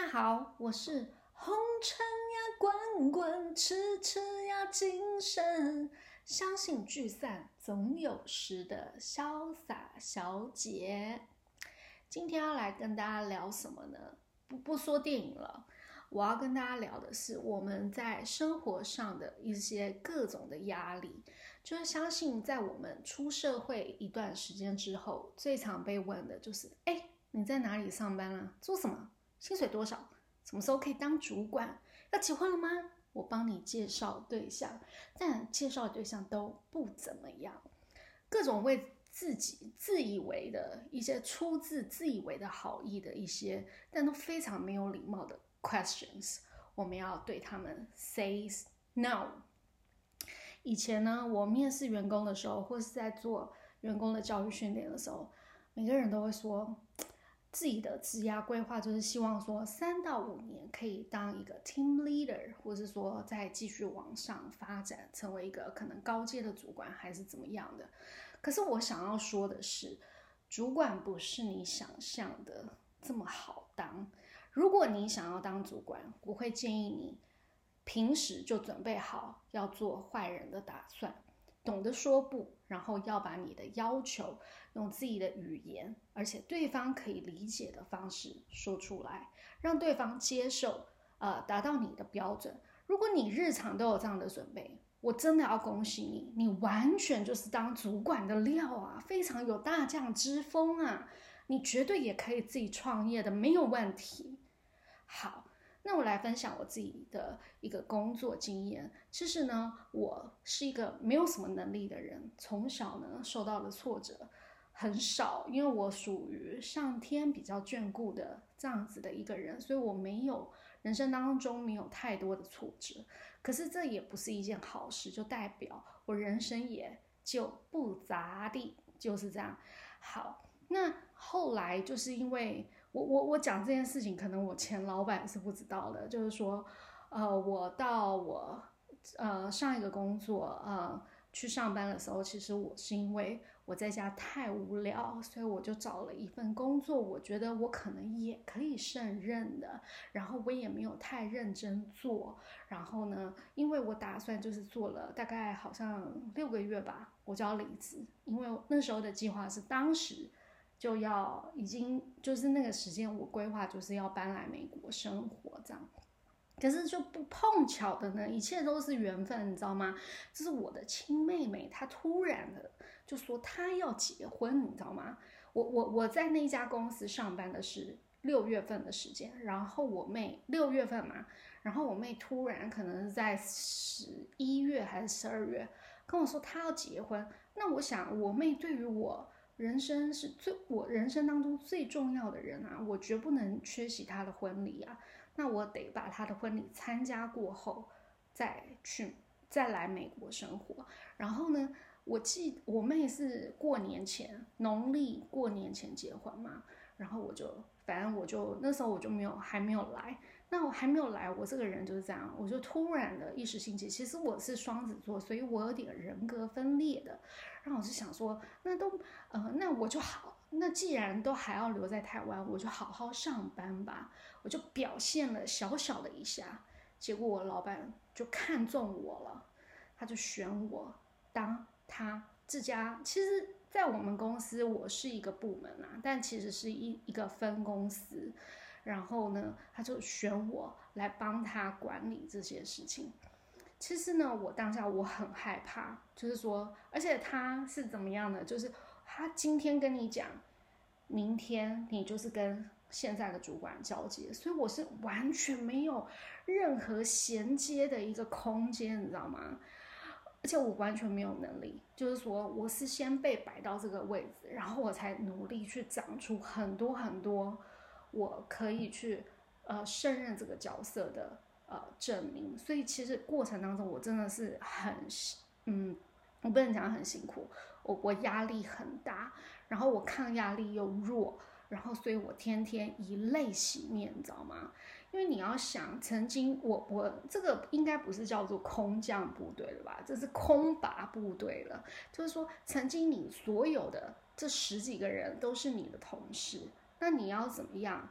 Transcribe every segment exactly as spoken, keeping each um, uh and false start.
好，我是红尘呀滚滚，痴痴呀精神，相信聚散总有时的潇洒小姐。今天要来跟大家聊什么呢？不不说电影了，我要跟大家聊的是我们在生活上的一些各种的压力。就是相信在我们出社会一段时间之后，最常被问的就是哎，你在哪里上班啊？做什么？薪水多少？什么时候可以当主管？要结婚了吗？我帮你介绍对象，但介绍的对象都不怎么样，各种为自己自以为的一些出自自以为的好意的一些，但都非常没有礼貌的 questions， 我们要对他们 say no。以前呢，我面试员工的时候，或是在做员工的教育训练的时候，每个人都会说自己的职涯规划就是希望说三到五年可以当一个 team leader， 或是说再继续往上发展，成为一个可能高阶的主管还是怎么样的。可是我想要说的是，主管不是你想象的这么好当。如果你想要当主管，我会建议你平时就准备好要做坏人的打算，懂得说不，然后要把你的要求用自己的语言，而且对方可以理解的方式说出来，让对方接受，呃，达到你的标准。如果你日常都有这样的准备，我真的要恭喜你，你完全就是当主管的料啊，非常有大将之风啊，你绝对也可以自己创业的，没有问题。好。那我来分享我自己的一个工作经验。其实呢，我是一个没有什么能力的人，从小呢受到的挫折很少，因为我属于上天比较眷顾的这样子的一个人，所以我没有人生当中没有太多的挫折。可是这也不是一件好事，就代表我人生也就不咋地，就是这样。好，那后来就是因为我我我讲这件事情，可能我前老板是不知道的，就是说，呃，我到我呃上一个工作呃去上班的时候，其实我是因为我在家太无聊，所以我就找了一份工作，我觉得我可能也可以胜任的，然后我也没有太认真做，然后呢，因为我打算就是做了大概好像六个月吧，我就要离职，因为那时候的计划是当时。就要已经就是那个时间，我规划就是要搬来美国生活这样。可是就不碰巧的呢，一切都是缘分，你知道吗？这是我的亲妹妹，她突然的就说她要结婚，你知道吗？我我我在那家公司上班的是六月份的时间，然后我妹六月份嘛，然后我妹突然可能是在十一月还是十二月跟我说她要结婚。那我想我妹对于我。人生是最我人生当中最重要的人啊，我绝不能缺席他的婚礼啊。那我得把他的婚礼参加过后，再去再来美国生活。然后呢，我记我妹是过年前农历过年前结婚嘛，然后我就反正我就那时候我就没有还没有来。那我还没有来，我这个人就是这样，我就突然的一时兴起。其实我是双子座，所以我有点人格分裂的。然后我就想说，那都呃，那我就好。那既然都还要留在台湾，我就好好上班吧。我就表现了小小的一下，结果我老板就看中我了，他就选我当他这家。其实，在我们公司，我是一个部门啊，但其实是一一个分公司。然后呢，他就选我来帮他管理这些事情。其实呢，我当下我很害怕，就是说，而且他是怎么样的？就是他今天跟你讲，明天你就是跟现在的主管交接，所以我是完全没有任何衔接的一个空间，你知道吗？而且我完全没有能力，就是说我是先被摆到这个位置，然后我才努力去长出很多很多我可以去呃胜任这个角色的呃证明。所以其实过程当中我真的是很嗯，我不能讲很辛苦，我我压力很大，然后我抗压力又弱，然后所以我天天以泪洗面，你知道吗？因为你要想，曾经我我这个应该不是叫做空降部队了吧，这是空拔部队了。就是说，曾经你所有的这十几个人都是你的同事，那你要怎么样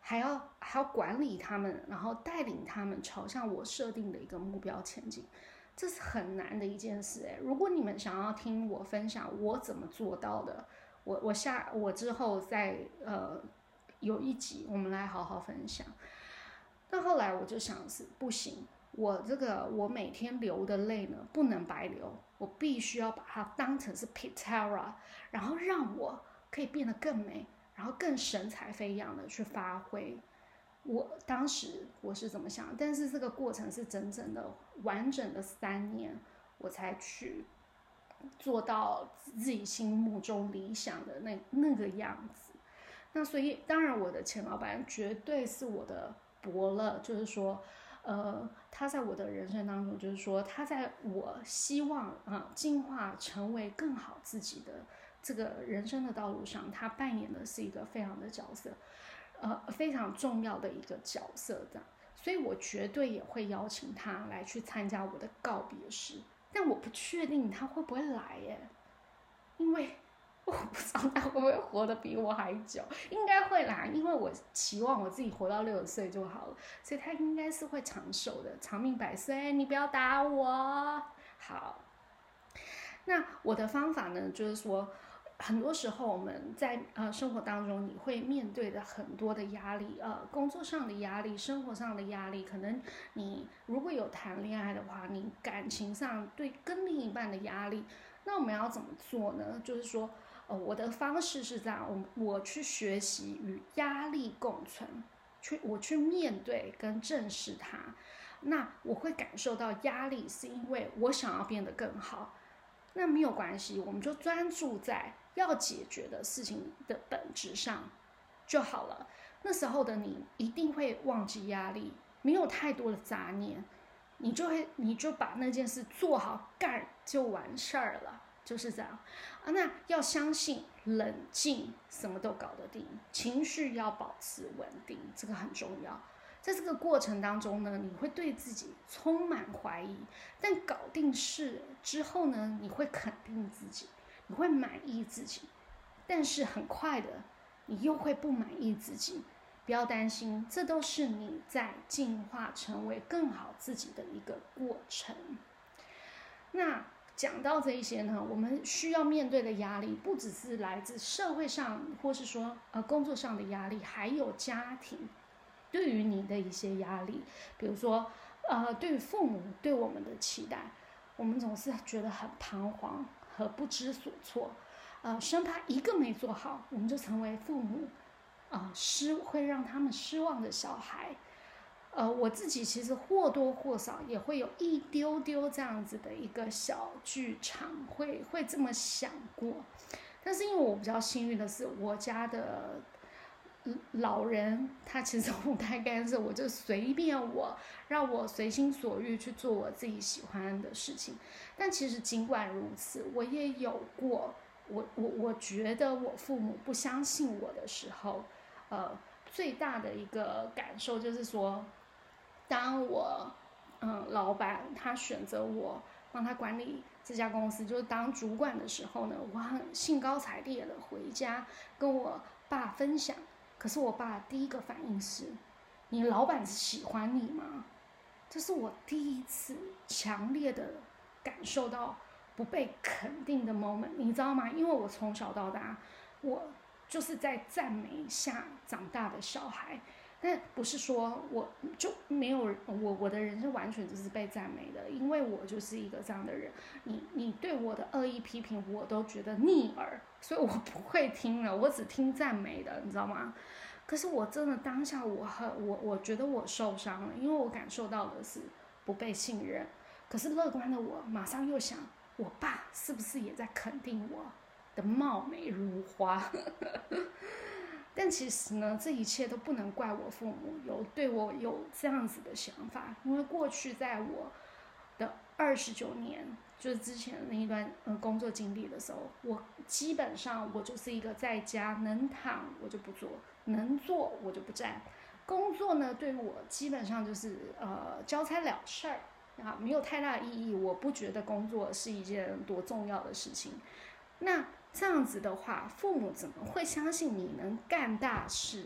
还要还要管理他们，然后带领他们朝向我设定的一个目标前进，这是很难的一件事哎。如果你们想要听我分享我怎么做到的，我我下我之后再呃有一集我们来好好分享。但后来我就想是不行，我这个我每天流的泪呢不能白流，我必须要把它当成是 Pitera， 然后让我可以变得更美，然后更神采飞扬的去发挥。我当时我是怎么想，但是这个过程是整整的完整的三年，我才去做到自己心目中理想的那那个样子。那所以当然我的前老板绝对是我的伯乐，就是说呃，他在我的人生当中，就是说他在我希望啊、呃、进化成为更好自己的这个人生的道路上，他扮演的是一个非常的角色，呃，非常重要的一个角色的。所以我绝对也会邀请他来去参加我的告别式，但我不确定他会不会来耶，因为我不知道他会不会活得比我还久，应该会啦，因为我期望我自己活到六十岁就好了，所以他应该是会长寿的，长命百岁。你不要打我。好，那我的方法呢，就是说，很多时候我们在呃生活当中，你会面对的很多的压力，呃，工作上的压力，生活上的压力，可能你如果有谈恋爱的话，你感情上对跟另一半的压力，那我们要怎么做呢？就是说。呃，我的方式是这样，我我去学习与压力共存，去我去面对跟正视它。那我会感受到压力，是因为我想要变得更好。那没有关系，我们就专注在要解决的事情的本质上就好了。那时候的你一定会忘记压力，没有太多的杂念，你就会你就把那件事做好干就完事儿了。就是这样啊，那要相信冷静，什么都搞得定，情绪要保持稳定，这个很重要。在这个过程当中呢，你会对自己充满怀疑，但搞定事之后呢，你会肯定自己，你会满意自己，但是很快的，你又会不满意自己。不要担心，这都是你在进化成为更好自己的一个过程。那讲到这一些呢，我们需要面对的压力不只是来自社会上，或是说呃工作上的压力，还有家庭对于你的一些压力，比如说呃对于父母对我们的期待，我们总是觉得很彷徨和不知所措，呃生怕一个没做好，我们就成为父母啊、呃、失会让他们失望的小孩。呃，我自己其实或多或少也会有一丢丢这样子的一个小剧场，会会这么想过。但是因为我比较幸运的是，我家的老人他其实不太干涉，我就随便我，让我随心所欲去做我自己喜欢的事情。但其实尽管如此，我也有过，我我我觉得我父母不相信我的时候，呃，最大的一个感受就是说。当我嗯老板他选择我帮他管理这家公司，就是当主管的时候呢，我很兴高采烈的回家跟我爸分享。可是我爸第一个反应是：你老板是喜欢你吗？这是我第一次强烈的感受到不被肯定的 moment， 你知道吗？因为我从小到大，我就是在赞美下长大的小孩。但不是说我就没有我我的人生完全就是被赞美的，因为我就是一个这样的人。你你对我的恶意批评我都觉得逆耳，所以我不会听了，我只听赞美的，你知道吗？可是我真的当下我很我我觉得我受伤了，因为我感受到的是不被信任。可是乐观的我马上又想，我爸是不是也在肯定我的貌美如花？但其实呢，这一切都不能怪我父母有对我有这样子的想法，因为过去在我的二十九年，就是之前的那一段呃工作经历的时候，我基本上我就是一个在家能躺我就不做，能做我就不站。工作呢，对于我基本上就是呃交差了事儿啊，没有太大的意义。我不觉得工作是一件多重要的事情。那这样子的话，父母怎么会相信你能干大事？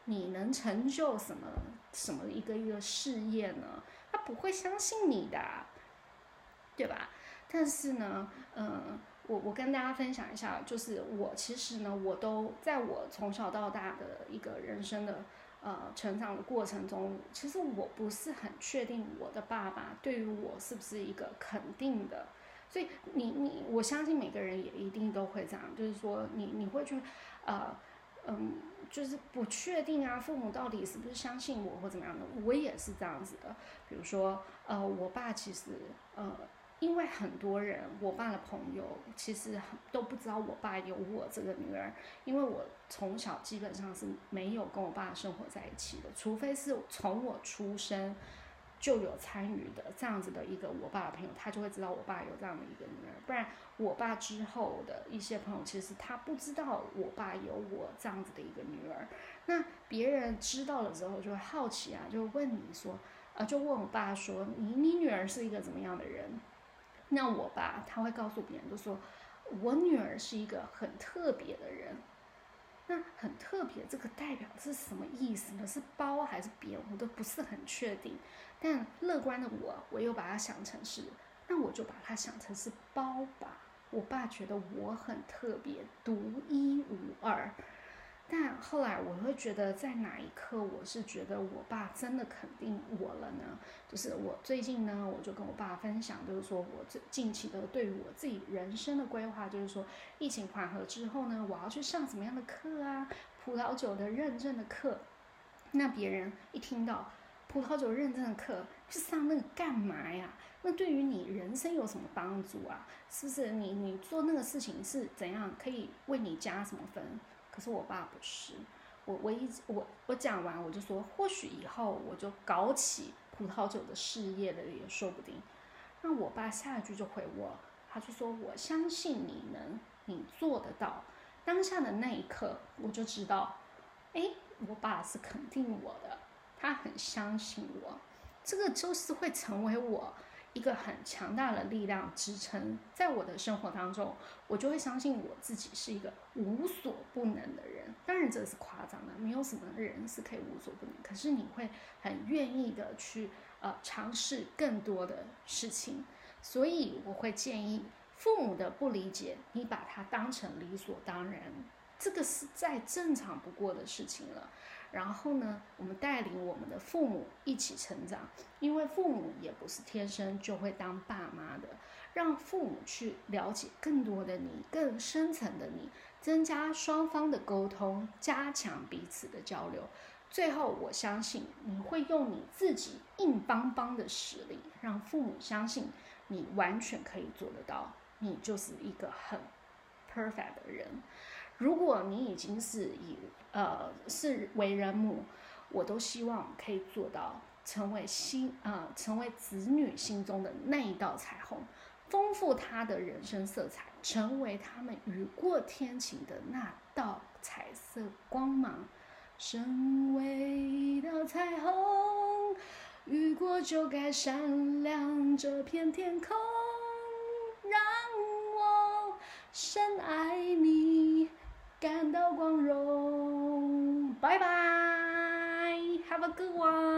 你能成就什么什么一个一个事业呢？他不会相信你的，对吧？但是呢，嗯，我我跟大家分享一下，就是我其实呢，我都在我从小到大的一个人生的呃成长的过程中，其实我不是很确定我的爸爸对于我是不是一个肯定的。所以你你我相信每个人也一定都会这样，就是说你你会去呃嗯，就是不确定啊，父母到底是不是相信我或怎么样的，我也是这样子的。比如说呃，我爸其实呃。因为很多人，我爸的朋友其实都不知道我爸有我这个女儿，因为我从小基本上是没有跟我爸生活在一起的，除非是从我出生就有参与的这样子的一个我爸的朋友，他就会知道我爸有这样的一个女儿，不然我爸之后的一些朋友，其实他不知道我爸有我这样子的一个女儿。那别人知道了之后就会好奇啊，就问你说，呃，就问我爸说，你你女儿是一个怎么样的人？那我爸他会告诉别人，就说我女儿是一个很特别的人。那很特别，这个代表是什么意思呢？是褒还是贬？我都不是很确定。但乐观的我，我又把它想成是，那我就把它想成是褒吧。我爸觉得我很特别，独一无二。但后来我会觉得，在哪一刻我是觉得我爸真的肯定我了呢？就是我最近呢，我就跟我爸分享，就是说我最近期的对于我自己人生的规划，就是说疫情缓和之后呢，我要去上什么样的课啊？葡萄酒的认证的课。那别人一听到葡萄酒认证的课，去上那个干嘛呀？那对于你人生有什么帮助啊？是不是你你做那个事情是怎样可以为你加什么分？可是我爸不是，我我一我我讲完我就说，或许以后我就搞起葡萄酒的事业了也说不定。那我爸下一句就回我，他就说我相信你能，你做得到。当下的那一刻，我就知道，哎，我爸是肯定我的，他很相信我，这个就是会成为我一个很强大的力量支撑，在我的生活当中，我就会相信我自己是一个无所不能的人。当然这是夸张的，没有什么人是可以无所不能，可是你会很愿意的去呃尝试更多的事情。所以我会建议父母的不理解，你把它当成理所当然，这个是再正常不过的事情了。然后呢，我们带领我们的父母一起成长，因为父母也不是天生就会当爸妈的，让父母去了解更多的你，更深层的你，增加双方的沟通，加强彼此的交流。最后，我相信你会用你自己硬邦邦的实力，让父母相信你完全可以做得到，你就是一个很 perfect 的人。如果你已经是以呃是为人母，我都希望可以做到成为心呃成为子女心中的那一道彩虹，丰富他的人生色彩，成为他们雨过天晴的那道彩色光芒。身为一道彩虹，雨过就该闪亮这片天空，让我深爱你，感到光荣。拜拜 ，Have a good one。